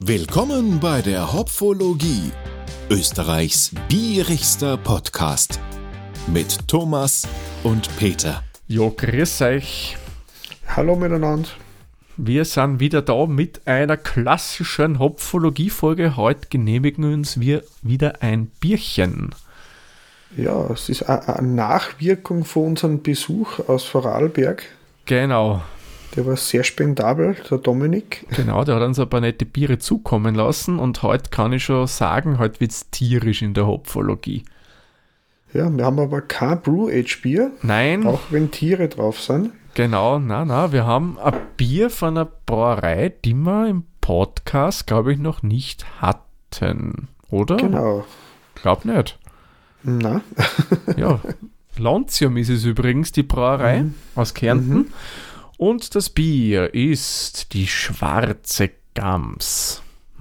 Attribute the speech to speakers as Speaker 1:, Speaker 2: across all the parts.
Speaker 1: Willkommen bei der Hopfologie, Österreichs bierigster Podcast mit Thomas und Peter.
Speaker 2: Jo, grüß euch.
Speaker 3: Hallo miteinander.
Speaker 2: Wir sind wieder da mit einer klassischen Hopfologie-Folge. Heute genehmigen uns wir wieder ein Bierchen.
Speaker 3: Ja, es ist eine Nachwirkung von unserem Besuch aus Vorarlberg.
Speaker 2: Genau.
Speaker 3: Der war sehr spendabel, der Dominik.
Speaker 2: Genau, der hat uns ein paar nette Biere zukommen lassen und heute kann ich schon sagen, heute wird es tierisch in der Hopfologie.
Speaker 3: Ja, wir haben aber kein Brew-Age-Bier.
Speaker 2: Nein.
Speaker 3: Auch wenn Tiere drauf sind.
Speaker 2: Genau, wir haben ein Bier von einer Brauerei, die wir im Podcast, glaube ich, noch nicht hatten, oder?
Speaker 3: Genau.
Speaker 2: Glaub nicht.
Speaker 3: Na.
Speaker 2: Ja, Lontium ist es übrigens, die Brauerei aus Kärnten. Und das Bier ist die Schwarze Gams.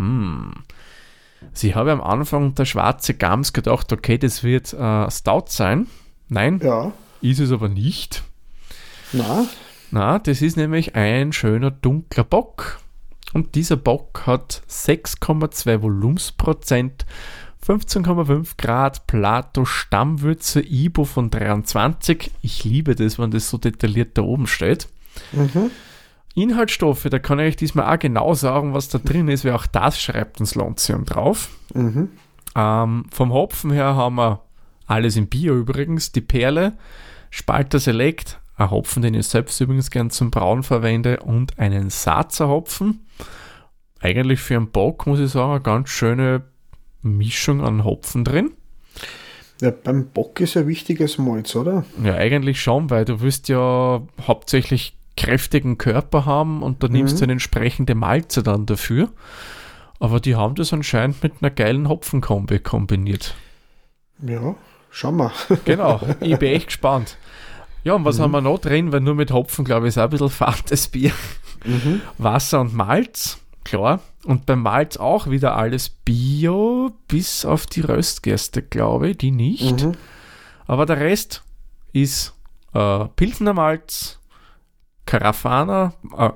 Speaker 2: Sie habe am Anfang der Schwarze Gams gedacht, okay, das wird Stout sein. Nein,
Speaker 3: Ja.
Speaker 2: ist es aber nicht.
Speaker 3: Na.
Speaker 2: Das ist nämlich ein schöner dunkler Bock. Und dieser Bock hat 6,2 Volumensprozent, 15,5 Grad Plato, Stammwürze, IBU von 23. Ich liebe das, wenn das so detailliert da oben steht. Inhaltsstoffe, da kann ich euch diesmal auch genau sagen, was da drin ist, weil auch das schreibt uns Lontium drauf. Vom Hopfen her haben wir alles im Bier übrigens, die Perle, Spalter Select, ein Hopfen, den ich selbst übrigens gern zum Brauen verwende, und einen Saatzer Hopfen. Eigentlich für einen Bock, muss ich sagen, eine ganz schöne Mischung an Hopfen drin.
Speaker 3: Ja, beim Bock ist ein wichtiges Malz, oder?
Speaker 2: Ja, eigentlich schon, weil du willst ja hauptsächlich kräftigen Körper haben und da nimmst du eine entsprechende Malze dann dafür. Aber die haben das anscheinend mit einer geilen Hopfenkombi kombiniert.
Speaker 3: Ja, schauen wir.
Speaker 2: Genau, ich bin echt gespannt. Ja, und was haben wir noch drin? Weil nur mit Hopfen, glaube ich, ist auch ein bisschen fades Bier. Wasser und Malz, klar. Und beim Malz auch wieder alles Bio, bis auf die Röstgerste, glaube ich, die nicht. Aber der Rest ist Pilsener Malz, Carafa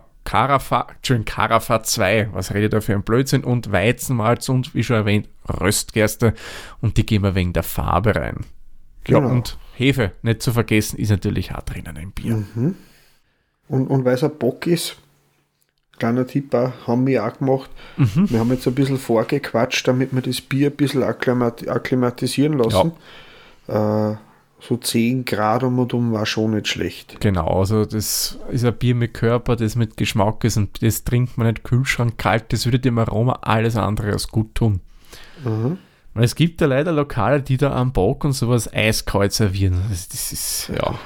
Speaker 2: 2, was rede ich da für ein Blödsinn, und Weizenmalz und, wie schon erwähnt, Röstgerste. Und die gehen wir wegen der Farbe rein. Ja,
Speaker 3: Genau.
Speaker 2: und Hefe, nicht zu vergessen, ist natürlich auch drinnen im Bier.
Speaker 3: Und weil es ein Bock ist, kleiner Tipp auch, haben wir auch gemacht. Wir haben jetzt ein bisschen vorgequatscht, damit wir das Bier ein bisschen akklimatisieren lassen. So 10 Grad um war schon nicht schlecht.
Speaker 2: Genau, also das ist ein Bier mit Körper, das mit Geschmack ist, und das trinkt man nicht Kühlschrank kalt, das würde dem Aroma alles andere als gut tun. Weil es gibt ja leider Lokale, die da am Bock und sowas eiskalt servieren. Das ist, ja,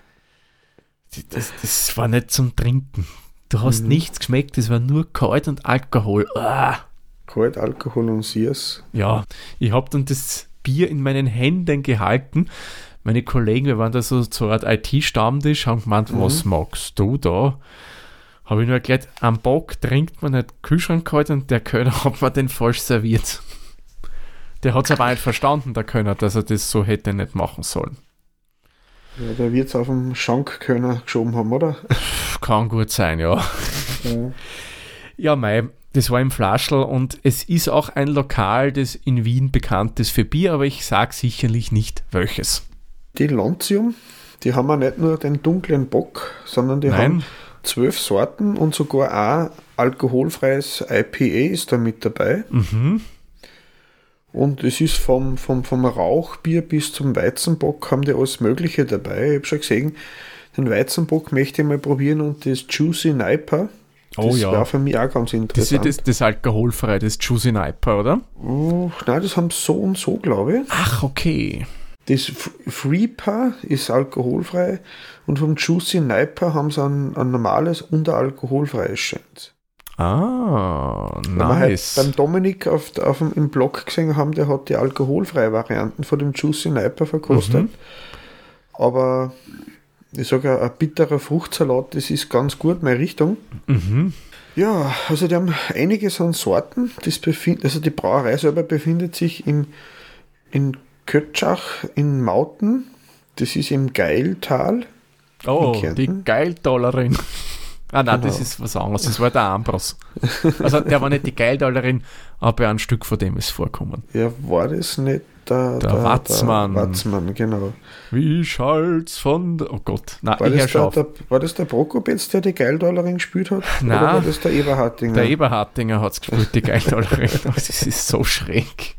Speaker 2: das war nicht zum Trinken. Du hast nichts geschmeckt, das war nur kalt und Alkohol.
Speaker 3: Kalt, Alkohol und Siers.
Speaker 2: Ja, ich habe dann das Bier in meinen Händen gehalten. Meine Kollegen, wir waren da so eine Art IT-Stammtisch, haben gemeint, was magst du da? Habe ich nur erklärt, am Bock trinkt man nicht Kühlschrank kalt, und der Kölner hat mir den falsch serviert. Der hat es aber nicht verstanden, der Kölner, dass er das so hätte nicht machen sollen.
Speaker 3: Ja, der wird es auf dem Schankkörner geschoben haben, oder?
Speaker 2: Kann gut sein, ja. Ja, das war im Flaschl, und es ist auch ein Lokal, das in Wien bekannt ist für Bier, aber ich sage sicherlich nicht welches.
Speaker 3: Die Lontium, die haben ja nicht nur den dunklen Bock, sondern die haben 12 Sorten und sogar ein alkoholfreies IPA ist da mit dabei. Und es ist vom Rauchbier bis zum Weizenbock haben die alles Mögliche dabei. Ich habe schon gesehen, den Weizenbock möchte ich mal probieren, und das Juicy Niper. Das war für mich auch ganz interessant.
Speaker 2: Das ist das alkoholfrei, das Juicy Niper, oder?
Speaker 3: Nein, das haben so und so, glaube ich.
Speaker 2: Ach, okay.
Speaker 3: Das Freepa ist alkoholfrei, und vom Juicy Niper haben sie ein normales und ein alkoholfreies Scheint.
Speaker 2: Nice.
Speaker 3: Beim Dominik im Blog gesehen haben, der hat die alkoholfreie Varianten von dem Juicy Niper verkostet. Aber ich sage, ein bitterer Fruchtsalat, das ist ganz gut, meine Richtung. Ja, also die haben einiges an Sorten. Also die Brauerei selber befindet sich in Kötschach in Mauten. Das ist im Geiltal.
Speaker 2: Oh, die Geiltalerin. Ah nein,
Speaker 3: Genau.
Speaker 2: das ist was anderes. Das war der Ambros. Also der war nicht die Geildollerin, aber ein Stück von dem ist vorkommen.
Speaker 3: Ja, war das nicht der
Speaker 2: Watzmann.
Speaker 3: Der Watzmann, genau.
Speaker 2: Wie schallt's von... Oh Gott. Nein,
Speaker 3: War
Speaker 2: ich hör
Speaker 3: das,
Speaker 2: schon auf.
Speaker 3: war das der Prokopetz, der die Geildollerin gespielt hat?
Speaker 2: Nein.
Speaker 3: Oder war das der Eberhardinger?
Speaker 2: Der Eberhardinger hat es gespielt, die Geildollerin. Das ist so schräg.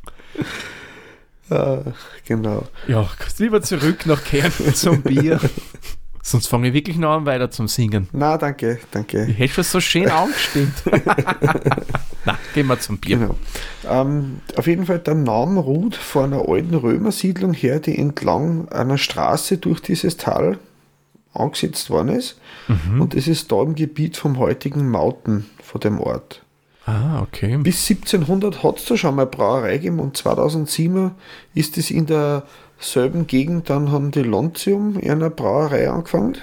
Speaker 3: Genau.
Speaker 2: Ja, lieber zurück nach Kärnten zum Bier. Sonst fange ich wirklich noch an, weiter zum Singen.
Speaker 3: Na, danke.
Speaker 2: Ich hätte schon so schön angestimmt. Na, gehen wir zum Bier.
Speaker 3: Genau. Auf jeden Fall, der Name ruht von einer alten Römersiedlung her, die entlang einer Straße durch dieses Tal angesetzt worden ist. Und es ist da im Gebiet vom heutigen Mauten von dem Ort.
Speaker 2: Ah, okay.
Speaker 3: Bis 1700 hat es da schon mal eine Brauerei gegeben und 2007 ist es in derselben Gegend, dann haben die Lontium eine Brauerei angefangen.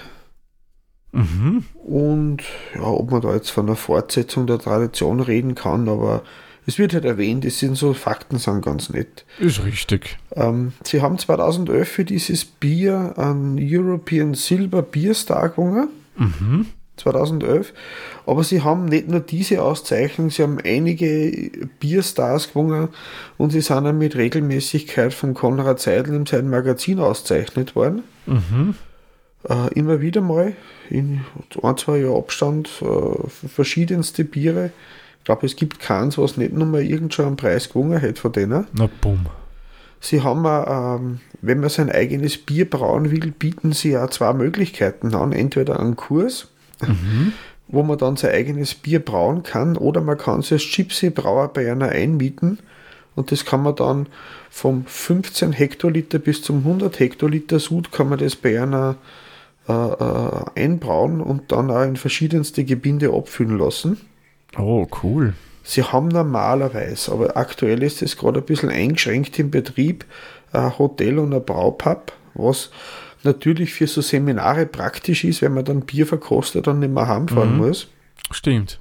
Speaker 3: Und ja, ob man da jetzt von einer Fortsetzung der Tradition reden kann, aber es wird halt erwähnt, es sind so Fakten, sind ganz nett.
Speaker 2: Ist richtig.
Speaker 3: Sie haben 2011 für dieses Bier einen European Silver Beer Star gewonnen. 2011. Aber sie haben nicht nur diese Auszeichnung, sie haben einige Bierstars gewonnen und sie sind auch mit Regelmäßigkeit von Konrad Seidel in seinem Magazin ausgezeichnet worden. Immer wieder mal, in 1-2 Jahren Abstand, verschiedenste Biere. Ich glaube, es gibt keins, was nicht nur mal irgend schon einen Preis gewonnen hat von denen.
Speaker 2: Na bumm.
Speaker 3: Sie haben auch, wenn man sein eigenes Bier brauen will, bieten sie auch 2 Möglichkeiten an. Entweder einen Kurs, wo man dann sein eigenes Bier brauen kann, oder man kann sich als Gypsy-Brauer bei einer einmieten und das kann man dann vom 15 Hektoliter bis zum 100 Hektoliter Sud kann man das bei einer einbrauen und dann auch in verschiedenste Gebinde abfüllen lassen.
Speaker 2: Oh, cool.
Speaker 3: Sie haben normalerweise, aber aktuell ist es gerade ein bisschen eingeschränkt im Betrieb, ein Hotel und ein Braupub, was natürlich für so Seminare praktisch ist, wenn man dann Bier verkostet und nicht mehr heimfahren muss.
Speaker 2: Stimmt.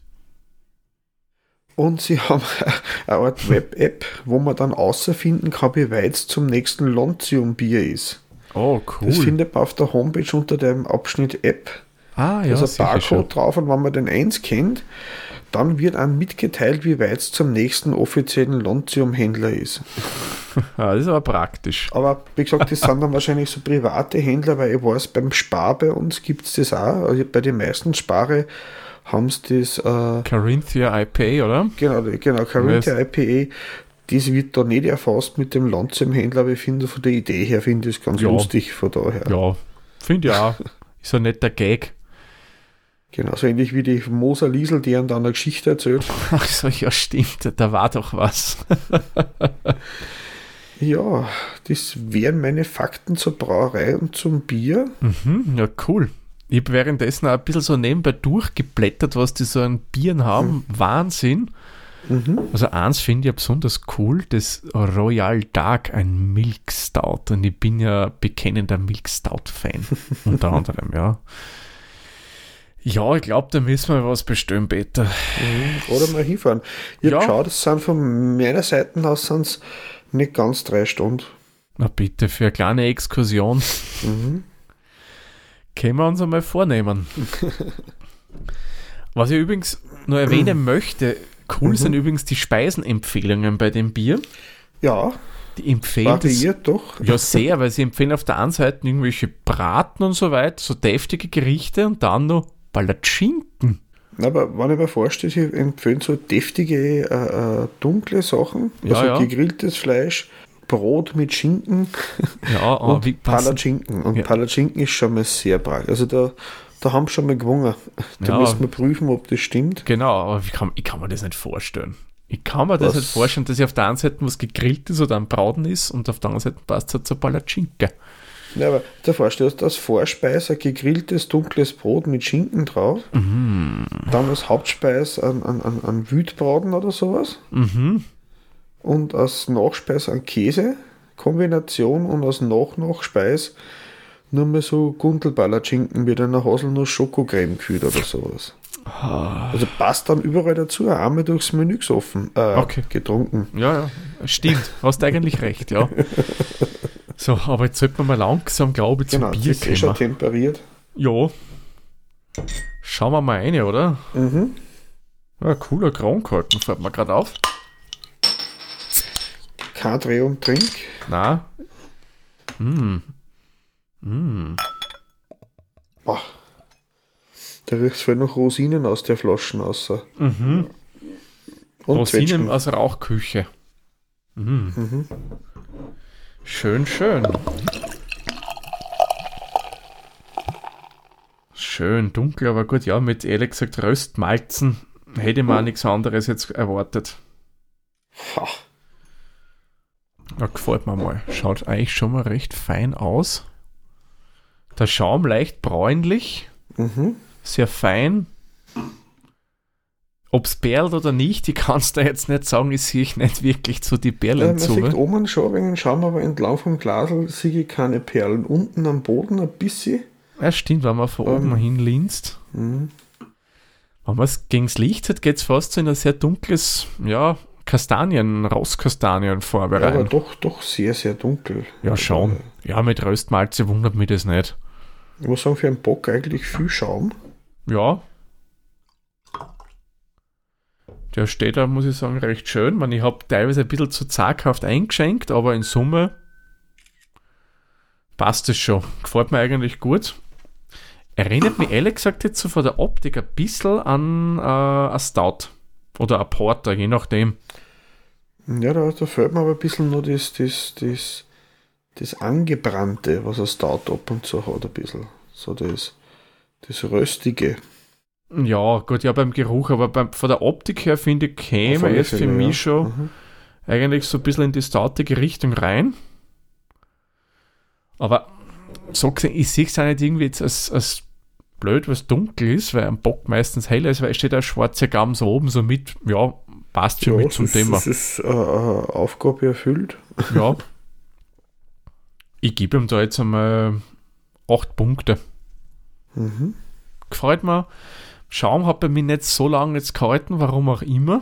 Speaker 3: Und sie haben eine Art Web-App, wo man dann außerfinden kann, wie weit es zum nächsten Lontium-Bier ist.
Speaker 2: Oh, cool.
Speaker 3: Das findet man auf der Homepage unter dem Abschnitt App.
Speaker 2: Ah, ja,
Speaker 3: Da ist ein
Speaker 2: sicher
Speaker 3: Barcode
Speaker 2: schon.
Speaker 3: drauf und wenn man den einscannt, dann wird einem mitgeteilt, wie weit es zum nächsten offiziellen Lontium-Händler ist.
Speaker 2: Ah, das ist aber praktisch.
Speaker 3: Aber wie gesagt, das sind dann wahrscheinlich so private Händler, weil ich weiß, beim Spar bei uns gibt es das auch. Also bei den meisten Spare haben sie das,
Speaker 2: Carinthia IPA, oder?
Speaker 3: genau, Carinthia IPA, das wird da nicht erfasst mit dem Lontium-Händler, aber ich finde von der Idee her, finde ich es ganz
Speaker 2: Ja.
Speaker 3: lustig von daher.
Speaker 2: Ja, finde ich auch. Ist ein netter Gag.
Speaker 3: Genau, so ähnlich wie die Moser Liesel, die einem dann eine Geschichte erzählt.
Speaker 2: Ach so, ja, stimmt. Da war doch was.
Speaker 3: Ja, das wären meine Fakten zur Brauerei und zum Bier.
Speaker 2: Ja, cool. Ich habe währenddessen auch ein bisschen so nebenbei durchgeblättert, was die so an Bieren haben. Wahnsinn. Also eins finde ich ja besonders cool, das Royal Dark, ein Milk Stout. Und ich bin ja bekennender Milk Stout-Fan. Unter anderem, ja. Ja, ich glaube, da müssen wir was bestellen, Peter.
Speaker 3: Oder mal hinfahren. Ich
Speaker 2: Ja.
Speaker 3: habe geschaut, es sind von meiner Seite aus sind's nicht ganz 3 Stunden.
Speaker 2: Na bitte, für eine kleine Exkursion. Können wir uns einmal vornehmen. Was ich übrigens noch erwähnen möchte, cool sind übrigens die Speisenempfehlungen bei dem Bier.
Speaker 3: Ja,
Speaker 2: Die empfehlen das
Speaker 3: variiert doch.
Speaker 2: ja sehr, weil sie empfehlen auf der einen Seite irgendwelche Braten und so weiter, so deftige Gerichte und dann noch Palatschinken.
Speaker 3: Aber wenn ich mir vorstelle, sie empfehlen so deftige, dunkle Sachen,
Speaker 2: Ja,
Speaker 3: also
Speaker 2: ja.
Speaker 3: gegrilltes Fleisch, Brot mit Schinken
Speaker 2: Ja,
Speaker 3: und
Speaker 2: wie passen?
Speaker 3: Palatschinken. Und
Speaker 2: Ja.
Speaker 3: Palatschinken ist schon mal sehr breit. Also da haben sie schon mal gewonnen. Da
Speaker 2: Ja.
Speaker 3: müssen wir prüfen, ob das stimmt.
Speaker 2: Genau, aber ich kann mir das nicht vorstellen. Ich kann mir das
Speaker 3: Was?
Speaker 2: nicht vorstellen, dass auf der einen Seite was gegrillt ist oder ein Braten ist und auf der anderen Seite passt es halt zur Palatschinke.
Speaker 3: Ja, aber der Vorstellung ist das Vorspeise, ein gegrilltes dunkles Brot mit Schinken drauf. Dann als Hauptspeis ein Wütbraten oder sowas. Und als Nachspeis ein Käse. Kombination und als Nachspeis nur mal so Gundelballerschinken mit einer Haselnuss-Schokocreme gefüllt oder sowas. Also passt dann überall dazu, einmal durchs Menü gesoffen,
Speaker 2: Okay.
Speaker 3: getrunken.
Speaker 2: Ja, stimmt. Hast eigentlich recht, ja. So, aber jetzt sollten wir mal langsam, glaube ich, zum
Speaker 3: Genau,
Speaker 2: Bier
Speaker 3: das ist schon
Speaker 2: kommen.
Speaker 3: temperiert.
Speaker 2: Ja. Schauen wir mal rein, oder?
Speaker 3: Mhm.
Speaker 2: Ja, cooler Kronkorken, fällt mir gerade auf.
Speaker 3: Kein Dreh und Trink.
Speaker 2: Na.
Speaker 3: Boah. Da riecht es noch Rosinen aus der Flaschen raus. Und
Speaker 2: Rosinen
Speaker 3: Zwetschgen.
Speaker 2: aus Rauchküche. Schön, schön. Schön dunkel, aber gut, ja, mit ehrlich gesagt Röstmalzen hätte ich mir auch nichts anderes jetzt erwartet.
Speaker 3: Ha.
Speaker 2: Ja, gefällt mir mal. Schaut eigentlich schon mal recht fein aus. Der Schaum leicht bräunlich, sehr fein. Ob es perlt oder nicht, ich kann es da jetzt nicht sagen, ich sehe nicht wirklich zu die
Speaker 3: Man
Speaker 2: Perlen zu.
Speaker 3: sieht oben schon wegen Schaum, aber entlang vom Glasl sehe ich keine Perlen. Unten am Boden ein bisschen.
Speaker 2: Ja, stimmt, wenn man von oben hinlinst. Wenn man es gegen das Licht hat, geht es fast so in ein sehr dunkles, ja, Rostkastanienfarbe
Speaker 3: Ja, aber
Speaker 2: rein.
Speaker 3: doch sehr, sehr dunkel.
Speaker 2: Ja, schon. Ja, mit Röstmalze wundert mich das nicht.
Speaker 3: Ich muss sagen, für einen Bock eigentlich viel Schaum.
Speaker 2: Ja. Der steht da, muss ich sagen, recht schön. Ich habe teilweise ein bisschen zu zaghaft eingeschenkt, aber in Summe passt es schon. Gefällt mir eigentlich gut. Erinnert mich ehrlich gesagt jetzt so von der Optik ein bisschen an ein Stout oder ein Porter, je nachdem.
Speaker 3: Ja, da fällt mir aber ein bisschen nur das Angebrannte, was ein Stout ab und zu hat, ein bisschen. So das Röstige.
Speaker 2: Ja, gut, ja, beim Geruch, aber von der Optik her finde ich,
Speaker 3: Auf
Speaker 2: käme
Speaker 3: alle
Speaker 2: es für
Speaker 3: Fälle,
Speaker 2: mich
Speaker 3: ja.
Speaker 2: schon eigentlich so ein bisschen in die stoutige Richtung rein. Aber so gesehen, ich sehe es auch nicht irgendwie jetzt als blöd, was dunkel ist, weil ein Bock meistens hell ist, weil es steht ein schwarzer Gamm so oben so mit, ja, passt für mich zum Thema.
Speaker 3: Das ist Aufgabe erfüllt.
Speaker 2: Ja. Ich gebe ihm da jetzt einmal 8 Punkte. Gefällt mir. Schaum hat bei mir nicht so lange jetzt gehalten, warum auch immer.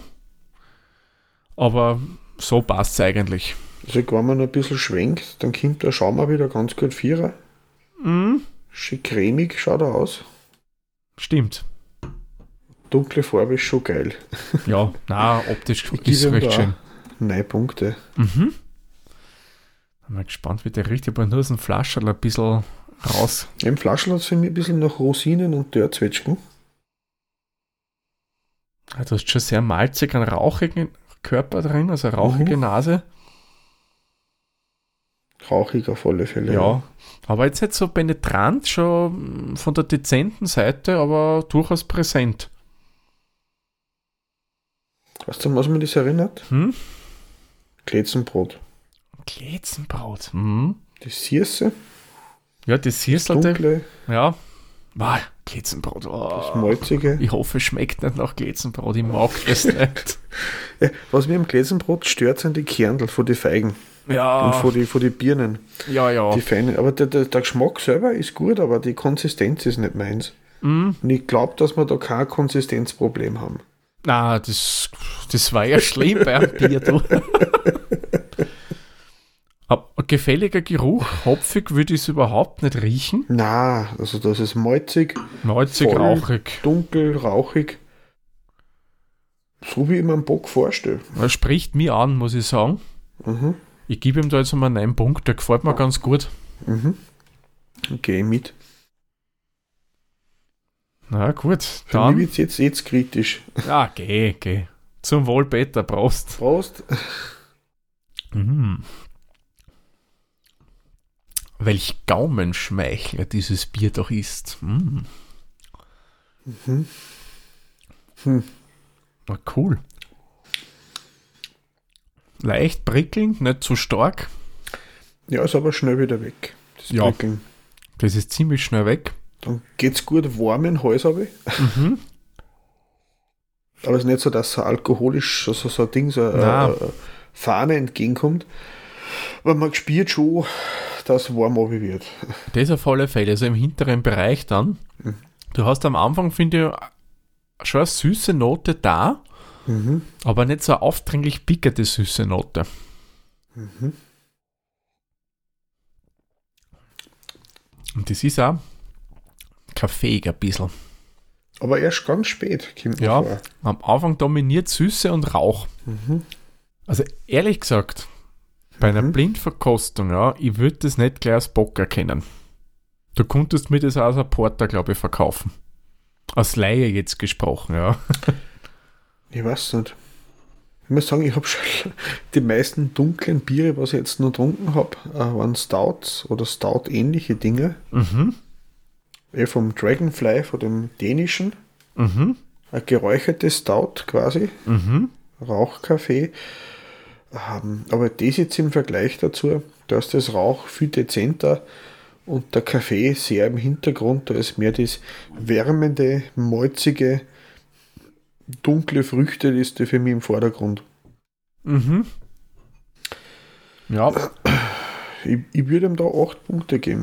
Speaker 2: Aber so passt es eigentlich.
Speaker 3: Also wenn man noch ein bisschen schwenkt, dann kommt der Schaum auch wieder ganz gut vierer. Schön cremig schaut er aus.
Speaker 2: Stimmt.
Speaker 3: Dunkle Farbe ist schon geil.
Speaker 2: Ja, na, optisch
Speaker 3: Ich
Speaker 2: ist
Speaker 3: gebe ihm
Speaker 2: recht
Speaker 3: da
Speaker 2: schön.
Speaker 3: 9 Punkte.
Speaker 2: Bin mal gespannt, wie der riecht. Aber nur aus dem Flascherl ein bisschen raus.
Speaker 3: Im Flaschel hat es für mich ein bisschen nach Rosinen und Dörrzwetschgen.
Speaker 2: Ja, du hast schon sehr malzig, einen rauchigen Körper drin, also eine rauchige Nase.
Speaker 3: Rauchig auf alle Fälle.
Speaker 2: Ja, aber jetzt nicht so penetrant, schon von der dezenten Seite, aber durchaus präsent.
Speaker 3: Weißt du, was mir das erinnert?
Speaker 2: Hm?
Speaker 3: Glätzenbrot.
Speaker 2: Glätzenbraut.
Speaker 3: Die Sierse,
Speaker 2: Ja, das Sierselte.
Speaker 3: dunkle,
Speaker 2: Ja. Wow, Glätzenbrot. Oh.
Speaker 3: das Malzige.
Speaker 2: Ich hoffe, es schmeckt nicht nach Glätzenbrot. Ich mag das nicht.
Speaker 3: Was mir am Glätzenbrot stört, sind die Kernel von den Feigen und
Speaker 2: Ja,
Speaker 3: von die Birnen.
Speaker 2: ja.
Speaker 3: Die feinen. Aber der Geschmack selber ist gut, aber die Konsistenz ist nicht meins. Und ich glaube, dass wir da kein Konsistenzproblem haben.
Speaker 2: Na, das war ja schlimm bei einem Bier. Du. Aber ein gefälliger Geruch, hopfig würde ich es überhaupt nicht riechen.
Speaker 3: Na, also das ist malzig,
Speaker 2: Malzig,
Speaker 3: voll
Speaker 2: rauchig.
Speaker 3: dunkel, rauchig. So wie ich mir einen Bock vorstelle.
Speaker 2: Das spricht mir an, muss ich sagen. Ich gebe ihm da jetzt einmal 9 Punkte, der gefällt mir ganz gut.
Speaker 3: Okay, mit.
Speaker 2: Na gut,
Speaker 3: Für
Speaker 2: dann.
Speaker 3: mich wird es jetzt kritisch.
Speaker 2: Ja, geh. Zum Wohl, Peter, Prost.
Speaker 3: Prost.
Speaker 2: Welch Gaumenschmeichler dieses Bier doch ist. Na cool. Leicht prickelnd, nicht zu stark.
Speaker 3: Ja, ist aber schnell wieder weg. Das
Speaker 2: Ja.
Speaker 3: Prickeln.
Speaker 2: Das ist ziemlich schnell weg.
Speaker 3: Dann geht's gut warm in den Hals, habe ich. Aber es ist nicht so, dass so alkoholisch so ein Ding, so eine Fahne entgegenkommt. Aber man spürt schon, dass es warm wird.
Speaker 2: Das auf alle Fälle, also im hinteren Bereich dann. Du hast am Anfang, finde ich, schon eine süße Note da, aber nicht so eine aufdringlich pickerte süße Note. Und das ist auch kaffeeig ein bisschen.
Speaker 3: Aber erst ganz spät kommt
Speaker 2: Ja,
Speaker 3: vor.
Speaker 2: am Anfang dominiert Süße und Rauch. Also ehrlich gesagt, bei einer Blindverkostung, ja, ich würde das nicht gleich als Bock erkennen. Du konntest mir das auch als ein Porter, glaube ich, verkaufen. Als Laie jetzt gesprochen, ja.
Speaker 3: Ich weiß nicht. Ich muss sagen, ich habe schon die meisten dunklen Biere, was ich jetzt noch getrunken habe, waren Stouts oder Stout-ähnliche Dinge. Vom Dragonfly, von dem dänischen. Ein geräuchertes Stout quasi. Rauchkaffee. Aber das jetzt im Vergleich dazu, da ist das Rauch viel dezenter und der Kaffee sehr im Hintergrund. Da ist mehr das wärmende, malzige, dunkle Früchte, das ist für mich im Vordergrund.
Speaker 2: Ja.
Speaker 3: Ich würde ihm da 8 Punkte geben.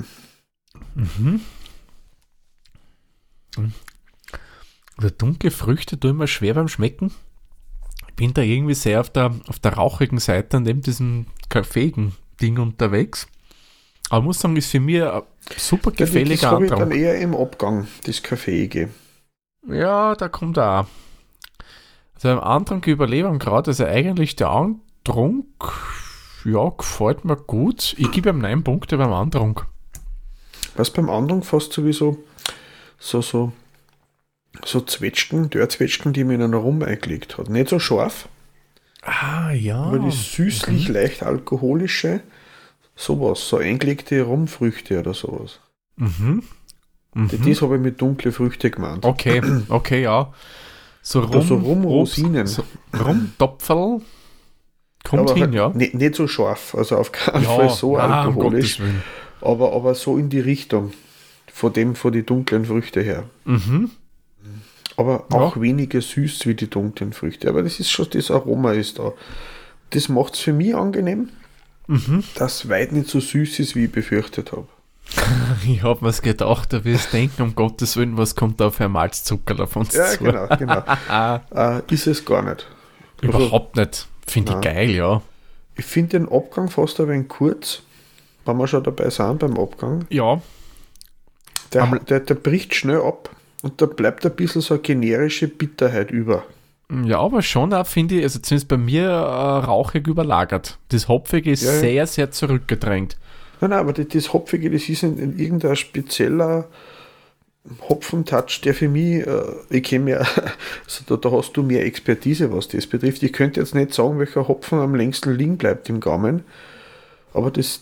Speaker 2: Also dunkle Früchte tun mir schwer beim Schmecken. Ich bin da irgendwie sehr auf der rauchigen Seite neben diesem kaffeeigen Ding unterwegs. Aber ich muss sagen, ist für mich ein super gefälliger
Speaker 3: Antrag. Das habe ich dann
Speaker 2: Antrag.
Speaker 3: eher im Abgang, das Kaffeeige.
Speaker 2: Ja, da kommt er auch. Also im Antrag überleben gerade, also eigentlich der Antrunk, ja, gefällt mir gut. Ich gebe ihm 9 Punkte beim Antrunk.
Speaker 3: Was beim Antrunk fast sowieso so Zwetschgen, Dörrzwetschgen, die man in einen Rum eingelegt hat. Nicht so scharf,
Speaker 2: Ah, ja.
Speaker 3: aber das süßlich, leicht alkoholische, sowas, so eingelegte Rumfrüchte oder sowas. Das habe ich mit dunkle Früchte gemeint.
Speaker 2: Okay, ja. So
Speaker 3: Oder so Rumrosinen.
Speaker 2: So Rumtopferl kommt
Speaker 3: aber
Speaker 2: hin,
Speaker 3: halt
Speaker 2: ja.
Speaker 3: nicht so scharf, also auf keinen Fall so
Speaker 2: um
Speaker 3: alkoholisch,
Speaker 2: Gottes Willen.
Speaker 3: aber so in die Richtung von die dunklen Früchte her. Aber auch weniger süß wie die dunklen Früchte. Aber das ist schon, das Aroma ist da. Das macht es für mich angenehm, dass weit nicht so süß ist, wie ich befürchtet habe.
Speaker 2: Ich habe mir's gedacht, da wirst du denken, um Gottes Willen, was kommt da für ein Malzzucker auf uns
Speaker 3: Ja,
Speaker 2: zu?
Speaker 3: genau. Ist es gar nicht.
Speaker 2: Überhaupt nicht. Finde ich geil, ja.
Speaker 3: Ich finde den Abgang fast ein wenig kurz, wenn wir schon dabei sind beim Abgang.
Speaker 2: Ja,
Speaker 3: Der bricht schnell ab und da bleibt ein bisschen so eine generische Bitterheit über.
Speaker 2: ja, aber schon auch, finde ich, also zumindest bei mir rauchig überlagert. Das Hopfige ist sehr, sehr zurückgedrängt.
Speaker 3: Nein, aber das Hopfige, das ist in irgendein spezieller Hopfentouch, der für mich, ich kenne mehr, also da hast du mehr Expertise, was das betrifft. Ich könnte jetzt nicht sagen, welcher Hopfen am längsten liegen bleibt im Gaumen, aber das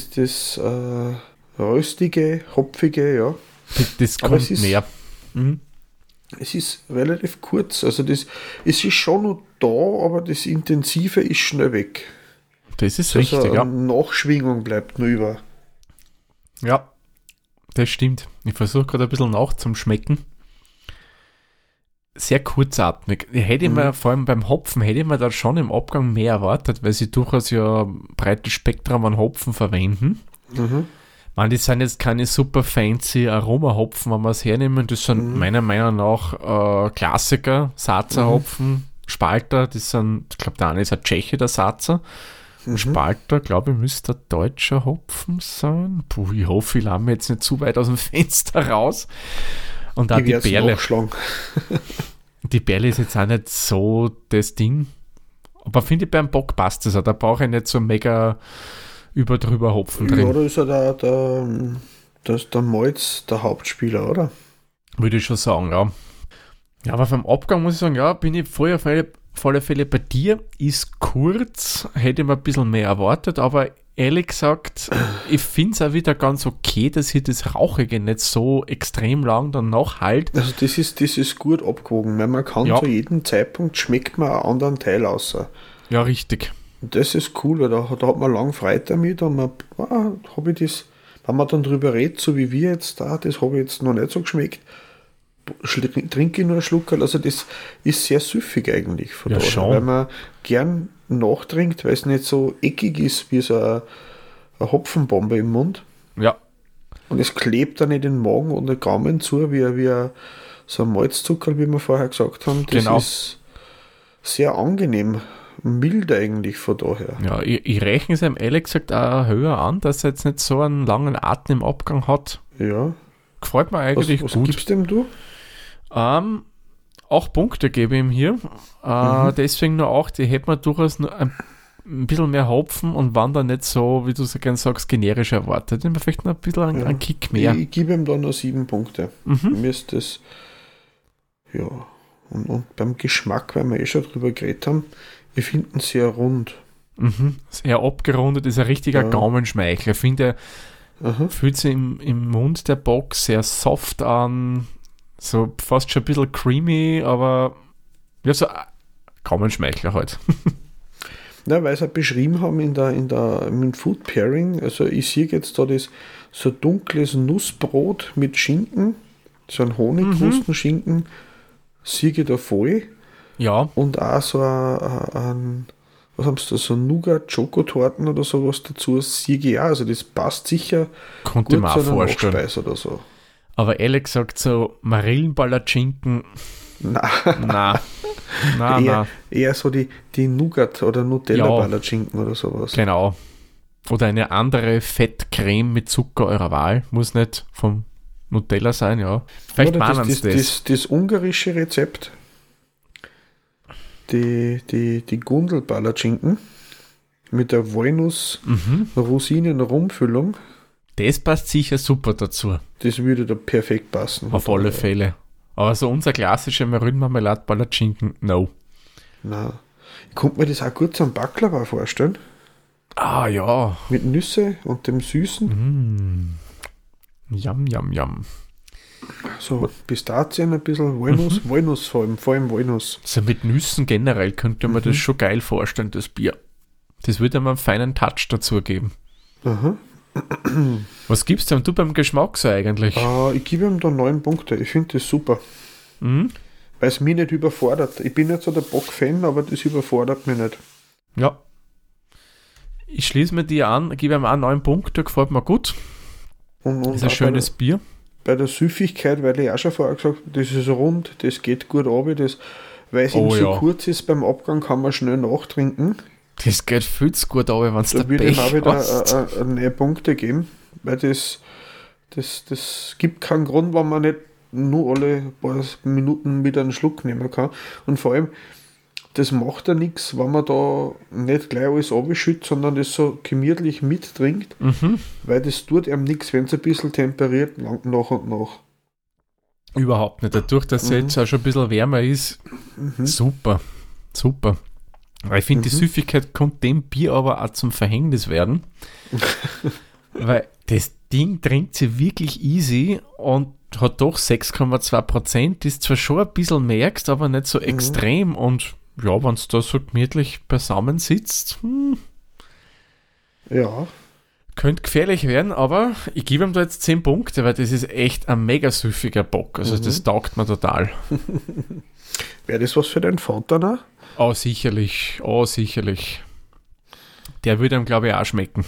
Speaker 3: röstige, hopfige, ja.
Speaker 2: Das
Speaker 3: Aber
Speaker 2: kommt näher.
Speaker 3: Es ist relativ kurz, also es ist schon noch da, aber das Intensive ist schnell weg.
Speaker 2: Das ist
Speaker 3: Also
Speaker 2: richtig, ja.
Speaker 3: Nachschwingung bleibt nur über.
Speaker 2: Ja, das stimmt. Ich versuche gerade ein bisschen nachzuschmecken. Sehr kurzatmig. Hätte ich mir, vor allem beim Hopfen, hätte ich mir da schon im Abgang mehr erwartet, weil sie durchaus ja ein breites Spektrum an Hopfen verwenden. Man, die sind jetzt keine super fancy Aromahopfen, wenn wir es hernehmen. Das sind meiner Meinung nach Klassiker, Sazer-Hopfen, Spalter, das sind, ich glaube, der eine ist ein Tscheche, der Sazer. Spalter, glaube ich, müsste ein deutscher Hopfen sein. Puh, ich hoffe, ich lasse mich jetzt nicht zu weit aus dem Fenster raus. Und auch die Perle. Die Perle ist jetzt auch nicht so das Ding. Aber finde ich, beim Bock passt das auch. Da brauche ich nicht so mega drüber Hopfen drin.
Speaker 3: Ja, da ist ja der Malz der Hauptspieler, oder?
Speaker 2: Würde ich schon sagen, ja. Ja, aber beim Abgang muss ich sagen, ja, bin ich voll auf alle Fälle bei dir. Ist kurz, hätte ich mir ein bisschen mehr erwartet, aber ehrlich gesagt, ich finde es auch wieder ganz okay, dass hier das Rauchige nicht so extrem lang dann nachhalt.
Speaker 3: Also das ist gut abgewogen, weil man kann zu jedem Zeitpunkt schmeckt man einen anderen Teil aus.
Speaker 2: Ja, richtig.
Speaker 3: Und das ist cool, weil da hat man lang Freude damit und habe ich das, wenn man dann drüber redet, so wie wir jetzt da, das habe ich jetzt noch nicht so geschmeckt, trinke ich nur einen Schluck, also das ist sehr süffig eigentlich von daher, weil man gern nachtrinkt, weil es nicht so eckig ist wie so eine Hopfenbombe im Mund.
Speaker 2: Ja.
Speaker 3: Und es klebt dann nicht den Magen und den Gaumen zu, wie so ein Malzzucker, wie wir vorher gesagt haben. Das ist sehr angenehm, mild eigentlich von daher.
Speaker 2: Ja, ich rechne es ihm ehrlich gesagt auch höher an, dass er jetzt nicht so einen langen Atem im Abgang hat.
Speaker 3: Ja.
Speaker 2: Gefällt mir eigentlich
Speaker 3: was
Speaker 2: gut.
Speaker 3: Was gibst dem du?
Speaker 2: 8 Punkte gebe ich ihm hier. Deswegen nur 8. Die hätte man durchaus nur ein bisschen mehr Hopfen und waren dann nicht so, wie du so gerne sagst, generisch erwartet. Dann vielleicht noch ein bisschen einen Kick mehr.
Speaker 3: Ich gebe ihm da nur 7 Punkte. Mir ist das, ja, und beim Geschmack, weil wir schon drüber geredet haben, ich finde ihn sehr rund.
Speaker 2: Sehr abgerundet, ist ein richtiger Gaumenschmeichler. Ich finde, fühlt sich im Mund der Bock sehr soft an, so fast schon ein bisschen creamy, aber ja, so Gaumenschmeichler halt.
Speaker 3: Ja, weil sie auch beschrieben haben im Food Pairing, also ich sehe jetzt da das so dunkles Nussbrot mit Schinken, so ein Honigkrustenschinken, sehe ich da voll.
Speaker 2: Ja.
Speaker 3: Und auch so ein was haben sie da, so Nougat-Schokotorten oder sowas dazu, sehe ich auch, also das passt sicher
Speaker 2: Konnte
Speaker 3: gut
Speaker 2: mir
Speaker 3: zu
Speaker 2: auch
Speaker 3: einer
Speaker 2: vorstellen.
Speaker 3: Nachspeise oder so.
Speaker 2: Aber ehrlich gesagt, so Marillenballerschinken,
Speaker 3: Nein. Eher so die Nougat- oder Nutella-Ballerschinken oder sowas.
Speaker 2: Genau. Oder eine andere Fettcreme mit Zucker eurer Wahl. Muss nicht vom Nutella sein, ja. Vielleicht meinen sie das.
Speaker 3: Das ungarische Rezept, die Gundelballerschinken mit der Walnuss-Rosinen-Rumfüllung.
Speaker 2: Das passt sicher super dazu.
Speaker 3: Das würde da perfekt passen.
Speaker 2: Auf alle Fälle. Aber so unser klassischer Marillenmarmelade-Ballerschinken, no.
Speaker 3: Nein. Ich konnte mir das auch gut zum Baklava vorstellen.
Speaker 2: Ah ja.
Speaker 3: Mit Nüsse und dem Süßen.
Speaker 2: Yum, yum, yum.
Speaker 3: So Pistazien ein bisschen, Walnuss vor allem Walnuss.
Speaker 2: So mit Nüssen generell könnte man das schon geil vorstellen, das Bier. Das würde einem einen feinen Touch dazu geben.
Speaker 3: Aha.
Speaker 2: Was gibst du beim Geschmack so eigentlich?
Speaker 3: Ich gebe ihm da 9 Punkte. Ich finde das super. Weil es mich nicht überfordert. Ich bin nicht so der Bock-Fan, aber das überfordert mich nicht.
Speaker 2: Ja. Ich schließe mir die an, gebe ihm auch 9 Punkte, gefällt mir gut.
Speaker 3: Und
Speaker 2: ist ein schönes Bier.
Speaker 3: Bei der Süffigkeit, weil ich auch schon vorher gesagt habe, das ist rund, das geht gut runter, weil es eben so kurz ist, beim Abgang kann man schnell nachtrinken.
Speaker 2: Das geht viel zu gut runter, wenn es der
Speaker 3: Pech hast. Da würde ich auch wieder 9 Punkte geben, weil das gibt keinen Grund, warum man nicht nur alle paar Minuten wieder einen Schluck nehmen kann. Und vor allem, das macht ja nichts, wenn man da nicht gleich alles abschüttet, sondern das so gemütlich mittrinkt, weil das tut einem nichts, wenn es ein bisschen temperiert, nach und nach.
Speaker 2: Überhaupt nicht. Dadurch, dass es jetzt auch schon ein bisschen wärmer ist, super. Weil ich finde, die Süffigkeit kann dem Bier aber auch zum Verhängnis werden. Weil das Ding trinkt sie wirklich easy und hat doch 6,2%, ist zwar schon ein bisschen merkst, aber nicht so extrem und ja, wenn es da so gemütlich beisammen sitzt,
Speaker 3: ja.
Speaker 2: Könnte gefährlich werden, aber ich gebe ihm da jetzt 10 Punkte, weil das ist echt ein mega süffiger Bock. Also das taugt mir total.
Speaker 3: Wäre das was für deinen Vater, ne?
Speaker 2: Oh, sicherlich. Der würde ihm, glaube ich, auch schmecken.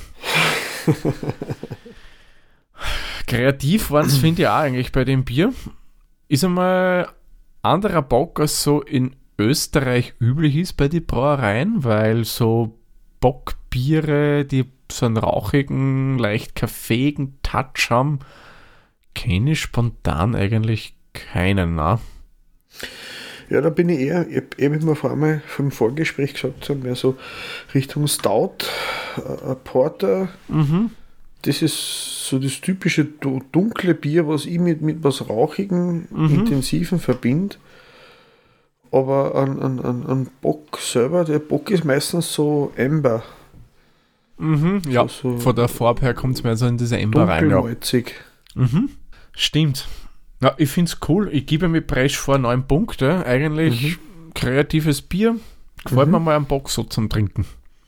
Speaker 2: Kreativ waren es, finde ich, auch eigentlich bei dem Bier. Ist einmal anderer Bock, als so in Österreich üblich ist bei den Brauereien, weil so Bockbiere, die so einen rauchigen, leicht kaffeeigen Touch haben, kenne ich spontan eigentlich keinen, ne?
Speaker 3: Ja, da bin ich eher, ich habe mir vor einmal vom Vorgespräch gesagt, so mehr so Richtung Stout, Porter. Das ist so das typische dunkle Bier, was ich mit was Rauchigen, Intensiven verbinde. Aber an Bock selber, der Bock ist meistens so Amber.
Speaker 2: Ja, so von der Farbe her kommt es mir so in diese Amber rein.
Speaker 3: Dunkelmalzig.
Speaker 2: Stimmt. Ja, ich finde es cool. Ich gebe mir Preis vor 9 Punkte. Eigentlich kreatives Bier. Gefällt mir mal am Bock so zum Trinken.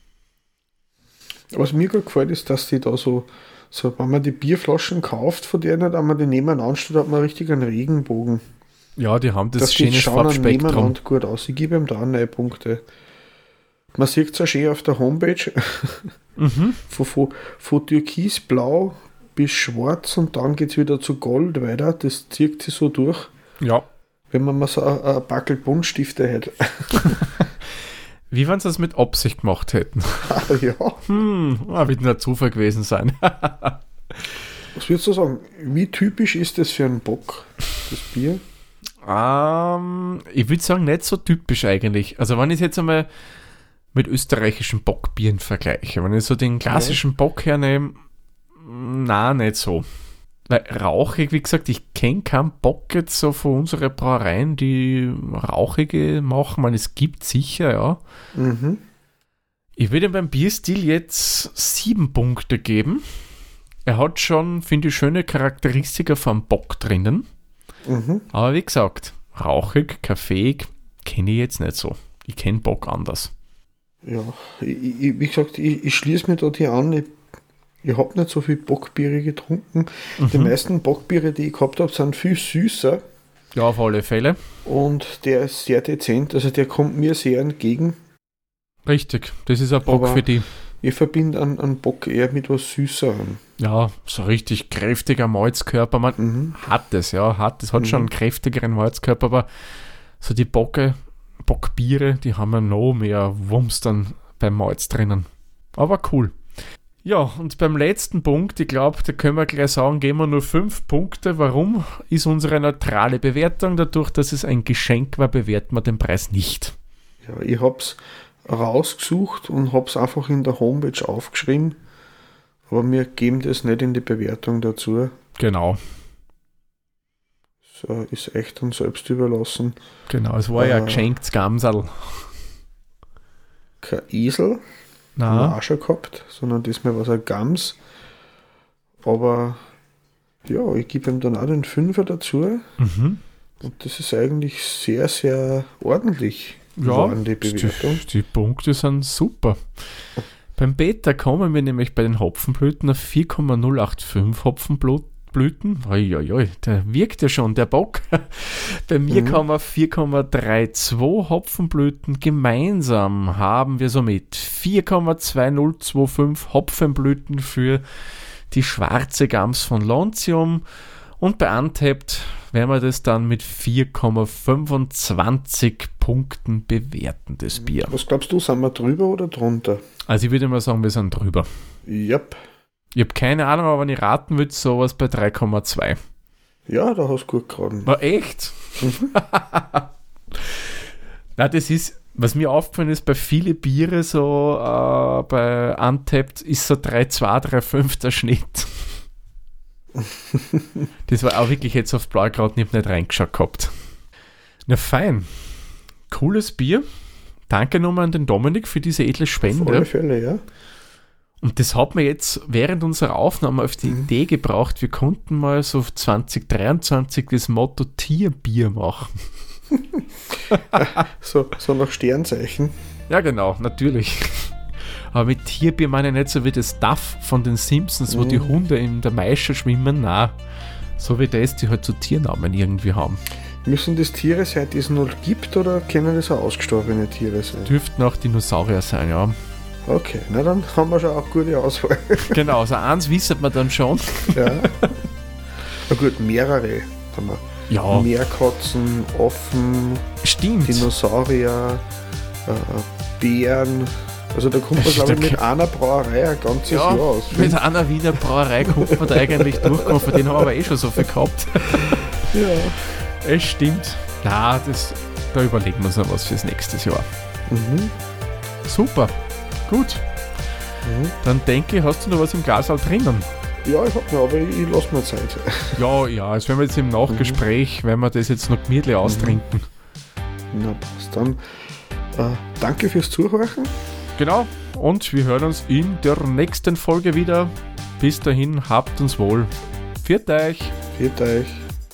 Speaker 3: Was mir gut gefällt, ist, dass die da so wenn man die Bierflaschen kauft von denen, wenn man die nebeneinander steht, hat man richtig einen Regenbogen.
Speaker 2: Ja, die haben das schöne Farbspektrum.
Speaker 3: Gut aus. Ich gebe ihm da 9 Punkte. Man sieht es auch schön auf der Homepage. Von türkisblau bis schwarz und dann geht es wieder zu Gold weiter. Das zieht sich so durch.
Speaker 2: Ja.
Speaker 3: Wenn man mal so ein Backel Buntstifte hätte.
Speaker 2: Wie wenn sie das mit Absicht gemacht hätten.
Speaker 3: Ja.
Speaker 2: Wird nur Zufall gewesen sein.
Speaker 3: Was würdest du sagen? Wie typisch ist das für einen Bock, das Bier?
Speaker 2: Ich würde sagen, nicht so typisch eigentlich. Also wenn ich es jetzt einmal mit österreichischen Bockbieren vergleiche, wenn ich so den klassischen Bock hernehme, nicht so. Weil rauchig, wie gesagt, ich kenne keinen Bock jetzt so von unseren Brauereien, die rauchige machen. Man, es gibt sicher, ja.
Speaker 3: Mhm.
Speaker 2: Ich würde ihm beim Bierstil jetzt 7 Punkte geben. Er hat schon, finde ich, schöne Charakteristika vom Bock drinnen.
Speaker 3: Mhm.
Speaker 2: Aber wie gesagt, rauchig, kaffeeig, kenne ich jetzt nicht so. Ich kenne Bock anders.
Speaker 3: Ja, wie gesagt, ich schließe mir da die an. Ich habe nicht so viel Bockbiere getrunken. Die meisten Bockbiere, die ich gehabt habe, sind viel süßer.
Speaker 2: Ja, auf alle Fälle.
Speaker 3: Und der ist sehr dezent, also der kommt mir sehr entgegen.
Speaker 2: Richtig, das ist ein Bock
Speaker 3: Aber
Speaker 2: für die.
Speaker 3: Ich verbinde einen Bock eher mit was Süßerem.
Speaker 2: Ja, so richtig kräftiger Malzkörper. Man hat es, ja, hat schon einen kräftigeren Malzkörper, aber so die Bockbiere, die haben ja noch mehr Wumms dann beim Malz drinnen. Aber cool. Ja, und beim letzten Punkt, ich glaube, da können wir gleich sagen, geben wir nur 5 Punkte. Warum? Ist unsere neutrale Bewertung. Dadurch, dass es ein Geschenk war, bewerten wir den Preis nicht.
Speaker 3: Ja, ich habe es rausgesucht und habe es einfach in der Homepage aufgeschrieben, aber wir geben das nicht in die Bewertung dazu.
Speaker 2: Genau.
Speaker 3: So ist echt uns selbst überlassen.
Speaker 2: Genau, es war ja ein geschenktes Gamsal.
Speaker 3: Kein Esel, haben wir auch schon gehabt, sondern diesmal war es ein Gams. Aber ja, ich gebe ihm dann auch den 5er dazu. Und das ist eigentlich sehr, sehr ordentlich.
Speaker 2: Ja,
Speaker 3: die Bewertung.
Speaker 2: Die Punkte sind super. Beim Beta kommen wir nämlich bei den Hopfenblüten auf 4,085 Hopfenblüten. Uiuiui, der wirkt ja schon, der Bock. Bei mir kommen wir auf 4,32 Hopfenblüten. Gemeinsam haben wir somit 4,2025 Hopfenblüten für die schwarze Gams von Lontium. Und bei Untapped werden wir das dann mit 4,25 Punkten bewerten, das Bier.
Speaker 3: Was glaubst du, sind wir drüber oder drunter?
Speaker 2: Also ich würde mal sagen, wir sind drüber.
Speaker 3: Yep.
Speaker 2: Ich habe keine Ahnung, aber wenn ich raten würde, sowas bei 3,2.
Speaker 3: Ja, da hast du gut geraten.
Speaker 2: War echt? Na, das ist, was mir aufgefallen ist, bei vielen Biere so bei Untapped ist so 3,2, 3,5 der Schnitt. Das war auch wirklich jetzt auf Blau gerade nicht reingeschaut gehabt. Na fein. Cooles Bier. Danke nochmal an den Dominik für diese edle Spende.
Speaker 3: Auf alle Fälle, ja.
Speaker 2: Und das hat mir jetzt während unserer Aufnahme auf die Idee gebracht, wir konnten mal so 2023 das Motto Tierbier machen.
Speaker 3: so nach Sternzeichen.
Speaker 2: Ja genau, natürlich. Aber mit Tierbier meine ich nicht so wie das Duff von den Simpsons, wo die Hunde in der Maische schwimmen. Nein, so wie das, die halt so Tiernamen irgendwie haben.
Speaker 3: Müssen das Tiere sein, die es noch gibt, oder können das auch ausgestorbene Tiere sein?
Speaker 2: Dürften auch Dinosaurier sein, ja.
Speaker 3: Okay, na dann haben wir schon auch gute Auswahl.
Speaker 2: Genau, also eins wissen wir dann schon.
Speaker 3: Ja. Na gut, mehrere haben wir.
Speaker 2: Ja.
Speaker 3: Meerkatzen, Affen,
Speaker 2: Stimmt.
Speaker 3: Dinosaurier, Bären. Also da kommt man, glaube ich, mit einer Brauerei ein ganzes Jahr aus.
Speaker 2: Mit einer Wiener Brauerei kommt man da eigentlich durchkommen, von denen haben wir aber schon so viel gehabt.
Speaker 3: Ja.
Speaker 2: Es stimmt. Na, da überlegen wir uns noch was fürs nächste Jahr. Super. Gut. Dann denke ich, hast du noch was im Glasal drinnen?
Speaker 3: Ja, ich habe noch, aber ich lasse mir Zeit.
Speaker 2: Ja, also wenn wir jetzt im Nachgespräch, wenn wir das jetzt noch gemütlich austrinken.
Speaker 3: Na passt dann. Danke fürs Zuhören.
Speaker 2: Genau. Und wir hören uns in der nächsten Folge wieder. Bis dahin, habt uns wohl. Pfiat euch.
Speaker 3: Pfiat euch.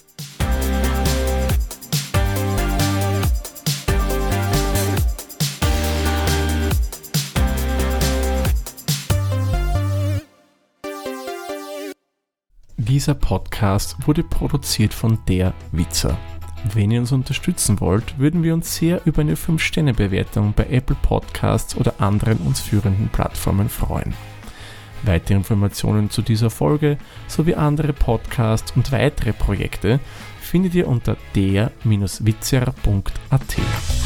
Speaker 2: Dieser Podcast wurde produziert von Der Witzer. Wenn ihr uns unterstützen wollt, würden wir uns sehr über eine 5-Sterne-Bewertung bei Apple Podcasts oder anderen uns führenden Plattformen freuen. Weitere Informationen zu dieser Folge sowie andere Podcasts und weitere Projekte findet ihr unter der-witzer.at.